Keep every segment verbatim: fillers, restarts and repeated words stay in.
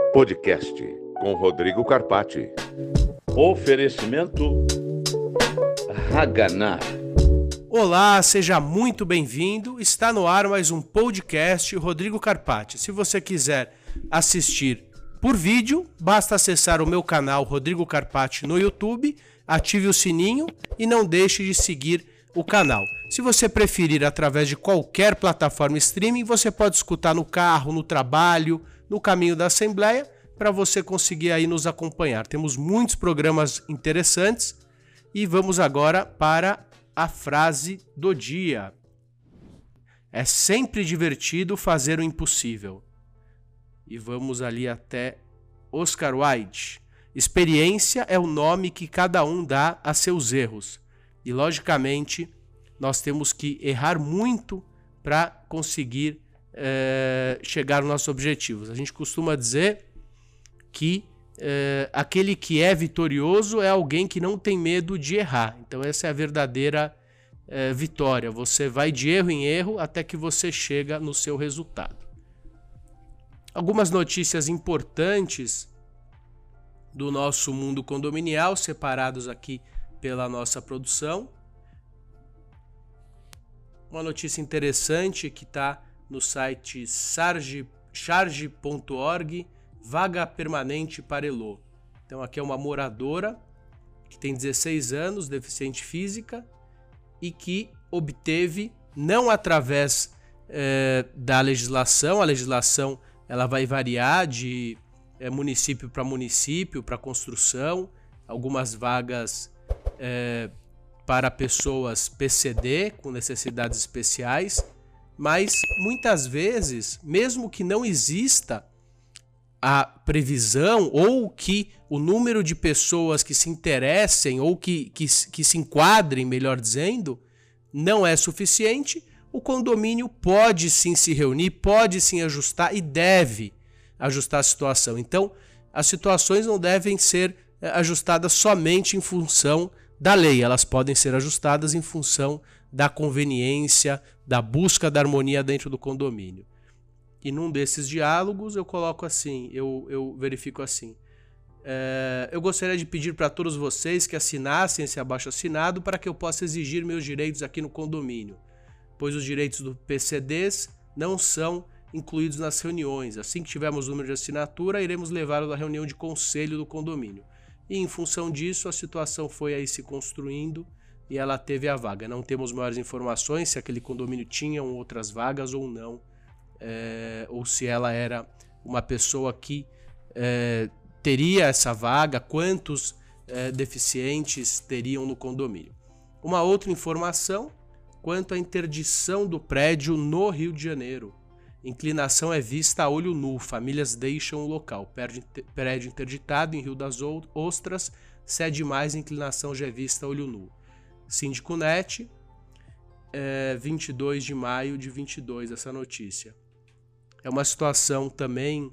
Podcast com Rodrigo Carpati. Oferecimento Haganá. Olá, seja muito bem-vindo. Está no ar mais um podcast Rodrigo Carpati. Se você quiser assistir por vídeo, basta acessar o meu canal Rodrigo Carpati no YouTube, ative o sininho e não deixe de seguir o canal. Se você preferir através de qualquer plataforma streaming, você pode escutar no carro, no trabalho, no caminho da Assembleia, para você conseguir aí nos acompanhar. Temos muitos programas interessantes e vamos agora para a frase do dia. É sempre divertido fazer o impossível. E vamos ali até Oscar Wilde. Experiência é o nome que cada um dá a seus erros. E, logicamente, nós temos que errar muito para conseguir é, chegar aos nossos objetivos. A gente costuma dizer que é, aquele que é vitorioso é alguém que não tem medo de errar. Então, essa é a verdadeira é, vitória. Você vai de erro em erro até que você chega no seu resultado. Algumas notícias importantes do nosso mundo condominial, separados aqui pela nossa produção. Uma notícia interessante que está no site charge ponto org, vaga permanente para Elô. Então aqui é uma moradora que tem dezesseis anos, deficiente física, e que obteve, não através eh, da legislação, a legislação ela vai variar de eh, município para município, para construção, algumas vagas É, para pessoas P C D com necessidades especiais, mas muitas vezes, mesmo que não exista a previsão ou que o número de pessoas que se interessem ou que, que, que se enquadrem, melhor dizendo, não é suficiente, o condomínio pode sim se reunir, pode sim ajustar e deve ajustar a situação. Então, as situações não devem ser ajustadas somente em função da lei, elas podem ser ajustadas em função da conveniência, da busca da harmonia dentro do condomínio. E num desses diálogos eu coloco assim, eu, eu verifico assim, é, eu gostaria de pedir para todos vocês que assinassem esse abaixo-assinado para que eu possa exigir meus direitos aqui no condomínio, pois os direitos do P C Ds não são incluídos nas reuniões. Assim que tivermos o número de assinatura, iremos levá-lo à reunião de conselho do condomínio. E em função disso, a situação foi aí se construindo e ela teve a vaga. Não temos maiores informações se aquele condomínio tinha outras vagas ou não, é, ou se ela era uma pessoa que é, teria essa vaga, quantos é, deficientes teriam no condomínio. Uma outra informação quanto à interdição do prédio no Rio de Janeiro. Inclinação é vista a olho nu, famílias deixam o local. Prédio interditado em Rio das Ostras, cede mais, inclinação já é vista a olho nu. Síndico Net, é, vinte e dois de maio de vinte e dois, essa notícia. É uma situação também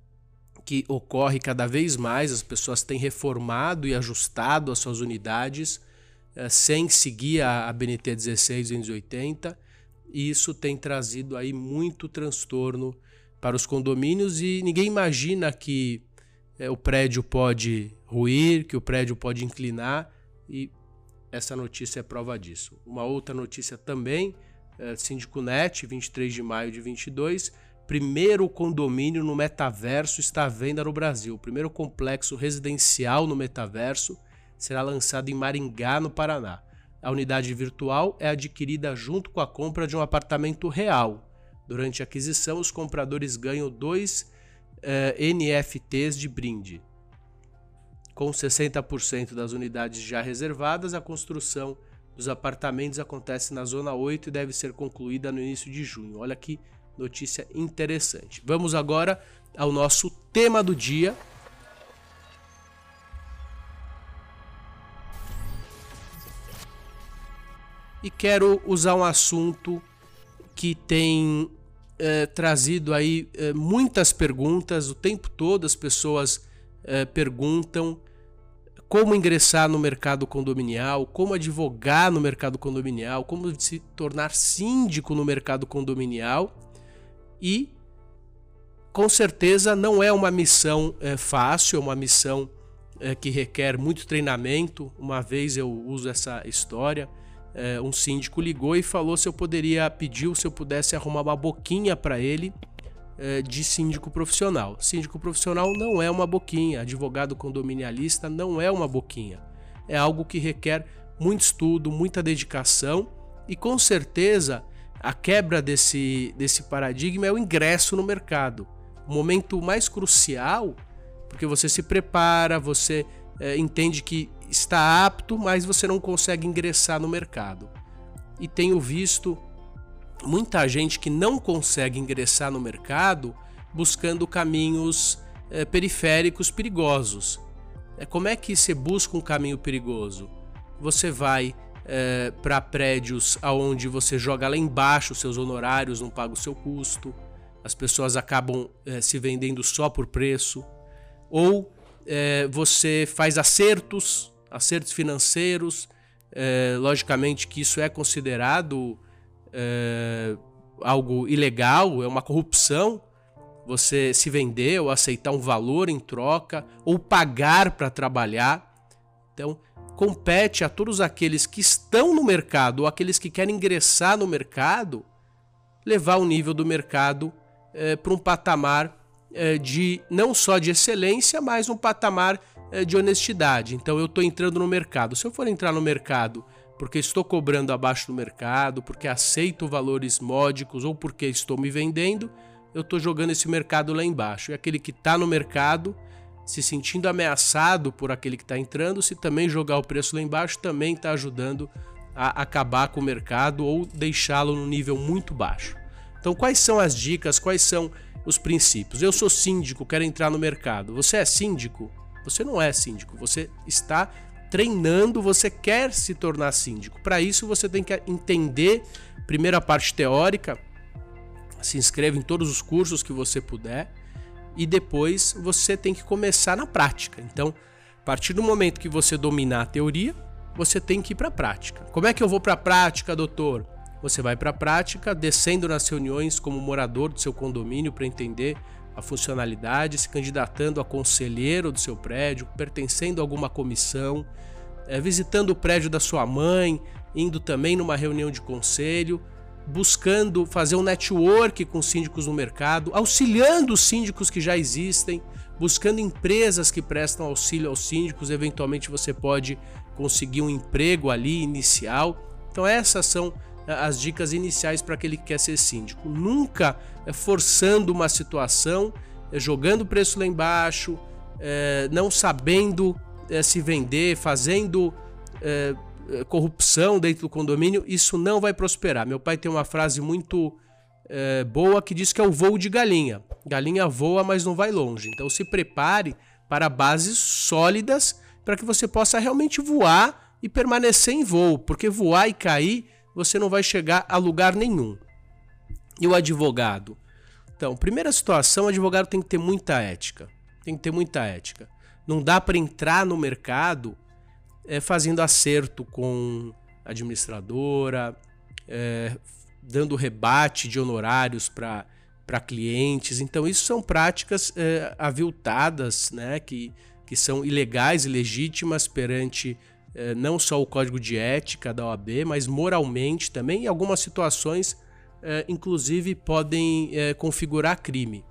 que ocorre cada vez mais, as pessoas têm reformado e ajustado as suas unidades é, sem seguir a, a B N T dezesseis duzentos e oitenta, e isso tem trazido aí muito transtorno para os condomínios e ninguém imagina que é, o prédio pode ruir, que o prédio pode inclinar, e essa notícia é prova disso. Uma outra notícia também, é, Síndico Net, vinte e três de maio de vinte e dois, primeiro condomínio no metaverso está à venda no Brasil. O primeiro complexo residencial no metaverso será lançado em Maringá, no Paraná. A unidade virtual é adquirida junto com a compra de um apartamento real. Durante a aquisição, os compradores ganham dois eh, N F Ts de brinde. Com sessenta por cento das unidades já reservadas, a construção dos apartamentos acontece na Zona oito e deve ser concluída no início de junho. Olha que notícia interessante. Vamos agora ao nosso tema do dia. E quero usar um assunto que tem é, trazido aí é, muitas perguntas, o tempo todo as pessoas é, perguntam como ingressar no mercado condominial, como advogar no mercado condominial, como se tornar síndico no mercado condominial. E com certeza não é uma missão é, fácil, é uma missão é, que requer muito treinamento. Uma vez eu uso essa história, é, um síndico ligou e falou se eu poderia, pediu se eu pudesse arrumar uma boquinha para ele é, de síndico profissional. Síndico profissional não é uma boquinha, advogado condominialista não é uma boquinha. É algo que requer muito estudo, muita dedicação e com certeza a quebra desse, desse paradigma é o ingresso no mercado. O momento mais crucial, porque você se prepara, você é, entende que está apto, mas você não consegue ingressar no mercado. E tenho visto muita gente que não consegue ingressar no mercado buscando caminhos é, periféricos perigosos. É, como é que você busca um caminho perigoso? Você vai é, para prédios onde você joga lá embaixo os seus honorários, não paga o seu custo. As pessoas acabam é, se vendendo só por preço. Ou é, você faz acertos, acertos financeiros. É, logicamente que isso é considerado é, algo ilegal, é uma corrupção. Você se vender ou aceitar um valor em troca ou pagar para trabalhar. Então, compete a todos aqueles que estão no mercado ou aqueles que querem ingressar no mercado levar o nível do mercado é, para um patamar é, de não só de excelência, mas um patamar é, de honestidade. Então eu estou entrando no mercado. Se eu for entrar no mercado porque estou cobrando abaixo do mercado, porque aceito valores módicos ou porque estou me vendendo, eu estou jogando esse mercado lá embaixo. E aquele que está no mercado, se sentindo ameaçado por aquele que está entrando, se também jogar o preço lá embaixo, também está ajudando a acabar com o mercado ou deixá-lo num nível muito baixo. Então, quais são as dicas, quais são os princípios? Eu sou síndico, quero entrar no mercado. Você é síndico? Você não é síndico, você está treinando, você quer se tornar síndico. Para isso, você tem que entender, primeiro a parte teórica, se inscreve em todos os cursos que você puder, e depois você tem que começar na prática. Então, a partir do momento que você dominar a teoria, você tem que ir para a prática. Como é que eu vou para a prática, doutor? Você vai para a prática descendo nas reuniões como morador do seu condomínio para entender a funcionalidade, se candidatando a conselheiro do seu prédio, pertencendo a alguma comissão, é, visitando o prédio da sua mãe, indo também numa reunião de conselho, buscando fazer um network com síndicos no mercado, auxiliando os síndicos que já existem, buscando empresas que prestam auxílio aos síndicos, eventualmente você pode conseguir um emprego ali inicial. Então essas são as dicas iniciais para aquele que quer ser síndico. Nunca forçando uma situação, jogando o preço lá embaixo, não sabendo se vender, fazendo corrupção dentro do condomínio. Isso não vai prosperar. Meu pai tem uma frase muito é, boa que diz que é o voo de galinha. Galinha voa, mas não vai longe. Então se prepare para bases sólidas para que você possa realmente voar e permanecer em voo, porque voar e cair você não vai chegar a lugar nenhum. E o advogado? Então, primeira situação, o advogado tem que ter muita ética. Tem que ter muita ética. Não dá para entrar no mercado é, fazendo acerto com a administradora, é, dando rebate de honorários para para clientes. Então, isso são práticas é, aviltadas, né, que, que são ilegais e legítimas perante é, não só o Código de Ética da O A B, mas moralmente também, em algumas situações, é, inclusive, podem é, configurar crime.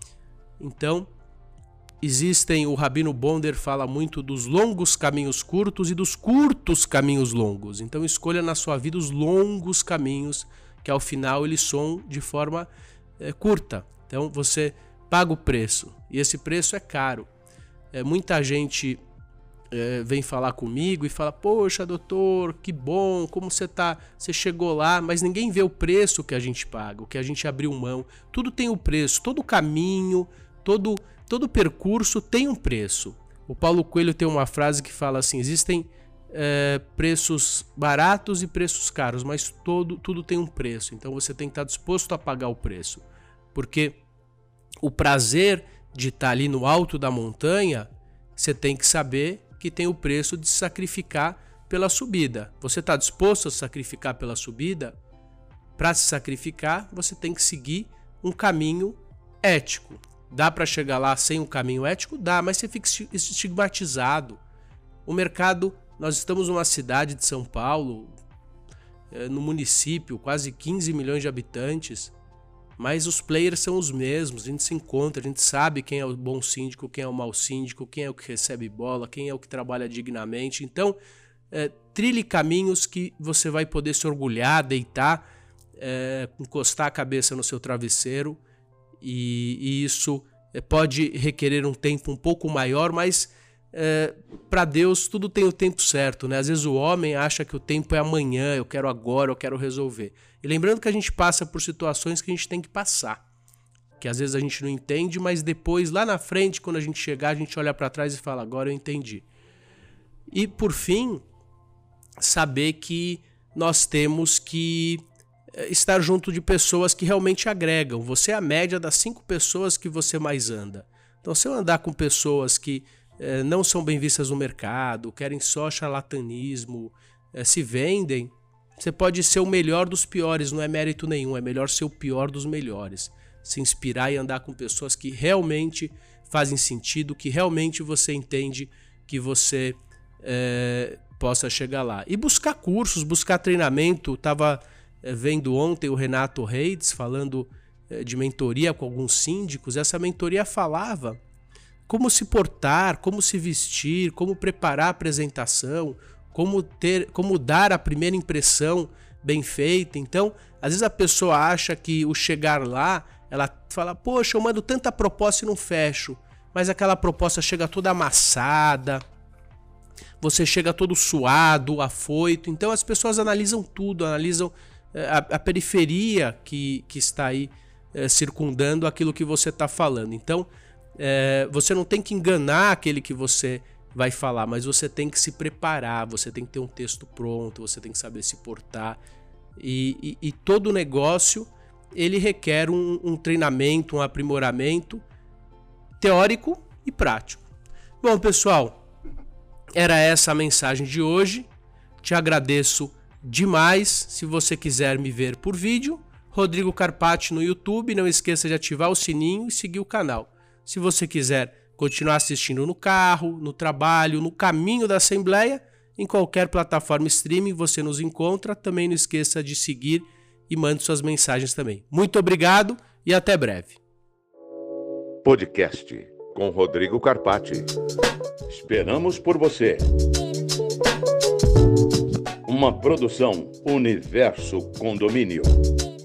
Então, existem, o Rabino Bonder fala muito dos longos caminhos curtos e dos curtos caminhos longos. Então, escolha na sua vida os longos caminhos, que ao final eles são de forma é, curta. Então, você paga o preço, e esse preço é caro. É, muita gente é, vem falar comigo e fala: poxa, doutor, que bom, como você tá, você chegou lá, mas ninguém vê o preço que a gente paga, o que a gente abriu mão. Tudo tem um preço, todo caminho, todo, todo percurso tem um preço. O Paulo Coelho tem uma frase que fala assim: existem é, preços baratos e preços caros, mas todo, tudo tem um preço. Então você tem que estar disposto a pagar o preço, porque o prazer de estar ali no alto da montanha, você tem que saber que tem o preço de se sacrificar pela subida. Você está disposto a sacrificar pela subida? Para se sacrificar, você tem que seguir um caminho ético. Dá para chegar lá sem um caminho ético? Dá, mas você fica estigmatizado. O mercado, nós estamos numa cidade de São Paulo, no município, quase quinze milhões de habitantes, mas os players são os mesmos, a gente se encontra, a gente sabe quem é o bom síndico, quem é o mau síndico, quem é o que recebe bola, quem é o que trabalha dignamente. Então, é, trilhe caminhos que você vai poder se orgulhar, deitar, é, encostar a cabeça no seu travesseiro, e, e isso é, pode requerer um tempo um pouco maior, mas é, para Deus tudo tem o tempo certo, né? Às vezes o homem acha que o tempo é amanhã, eu quero agora, eu quero resolver. E lembrando que a gente passa por situações que a gente tem que passar, que às vezes a gente não entende, mas depois, lá na frente, quando a gente chegar, a gente olha para trás e fala, agora eu entendi. E por fim, saber que nós temos que estar junto de pessoas que realmente agregam. Você é a média das cinco pessoas que você mais anda. Então, se eu andar com pessoas que eh, não são bem vistas no mercado, querem só charlatanismo, eh, se vendem, você pode ser o melhor dos piores, não é mérito nenhum, é melhor ser o pior dos melhores. Se inspirar e andar com pessoas que realmente fazem sentido, que realmente você entende que você eh, possa chegar lá. E buscar cursos, buscar treinamento. Estava eh, vendo ontem o Renato Reis falando eh, de mentoria com alguns síndicos. Essa mentoria falava como se portar, como se vestir, como preparar a apresentação, como ter, como dar a primeira impressão bem feita. Então, às vezes a pessoa acha que o chegar lá, ela fala, poxa, eu mando tanta proposta e não fecho, mas aquela proposta chega toda amassada, você chega todo suado, afoito. Então as pessoas analisam tudo, analisam a, a periferia que, que está aí é, circundando aquilo que você está falando. Então é, você não tem que enganar aquele que você vai falar, mas você tem que se preparar, você tem que ter um texto pronto, você tem que saber se portar. E, e, e todo negócio ele requer um, um treinamento, um aprimoramento teórico e prático. Bom, pessoal, era essa a mensagem de hoje. Te agradeço demais. Se você quiser me ver por vídeo, Rodrigo Carpati no YouTube. Não esqueça de ativar o sininho e seguir o canal. Se você quiser continuar assistindo no carro, no trabalho, no caminho da Assembleia, em qualquer plataforma streaming você nos encontra. Também não esqueça de seguir e mande suas mensagens também. Muito obrigado e até breve. Podcast com Rodrigo Carpati. Esperamos por você. Uma produção Universo Condomínio.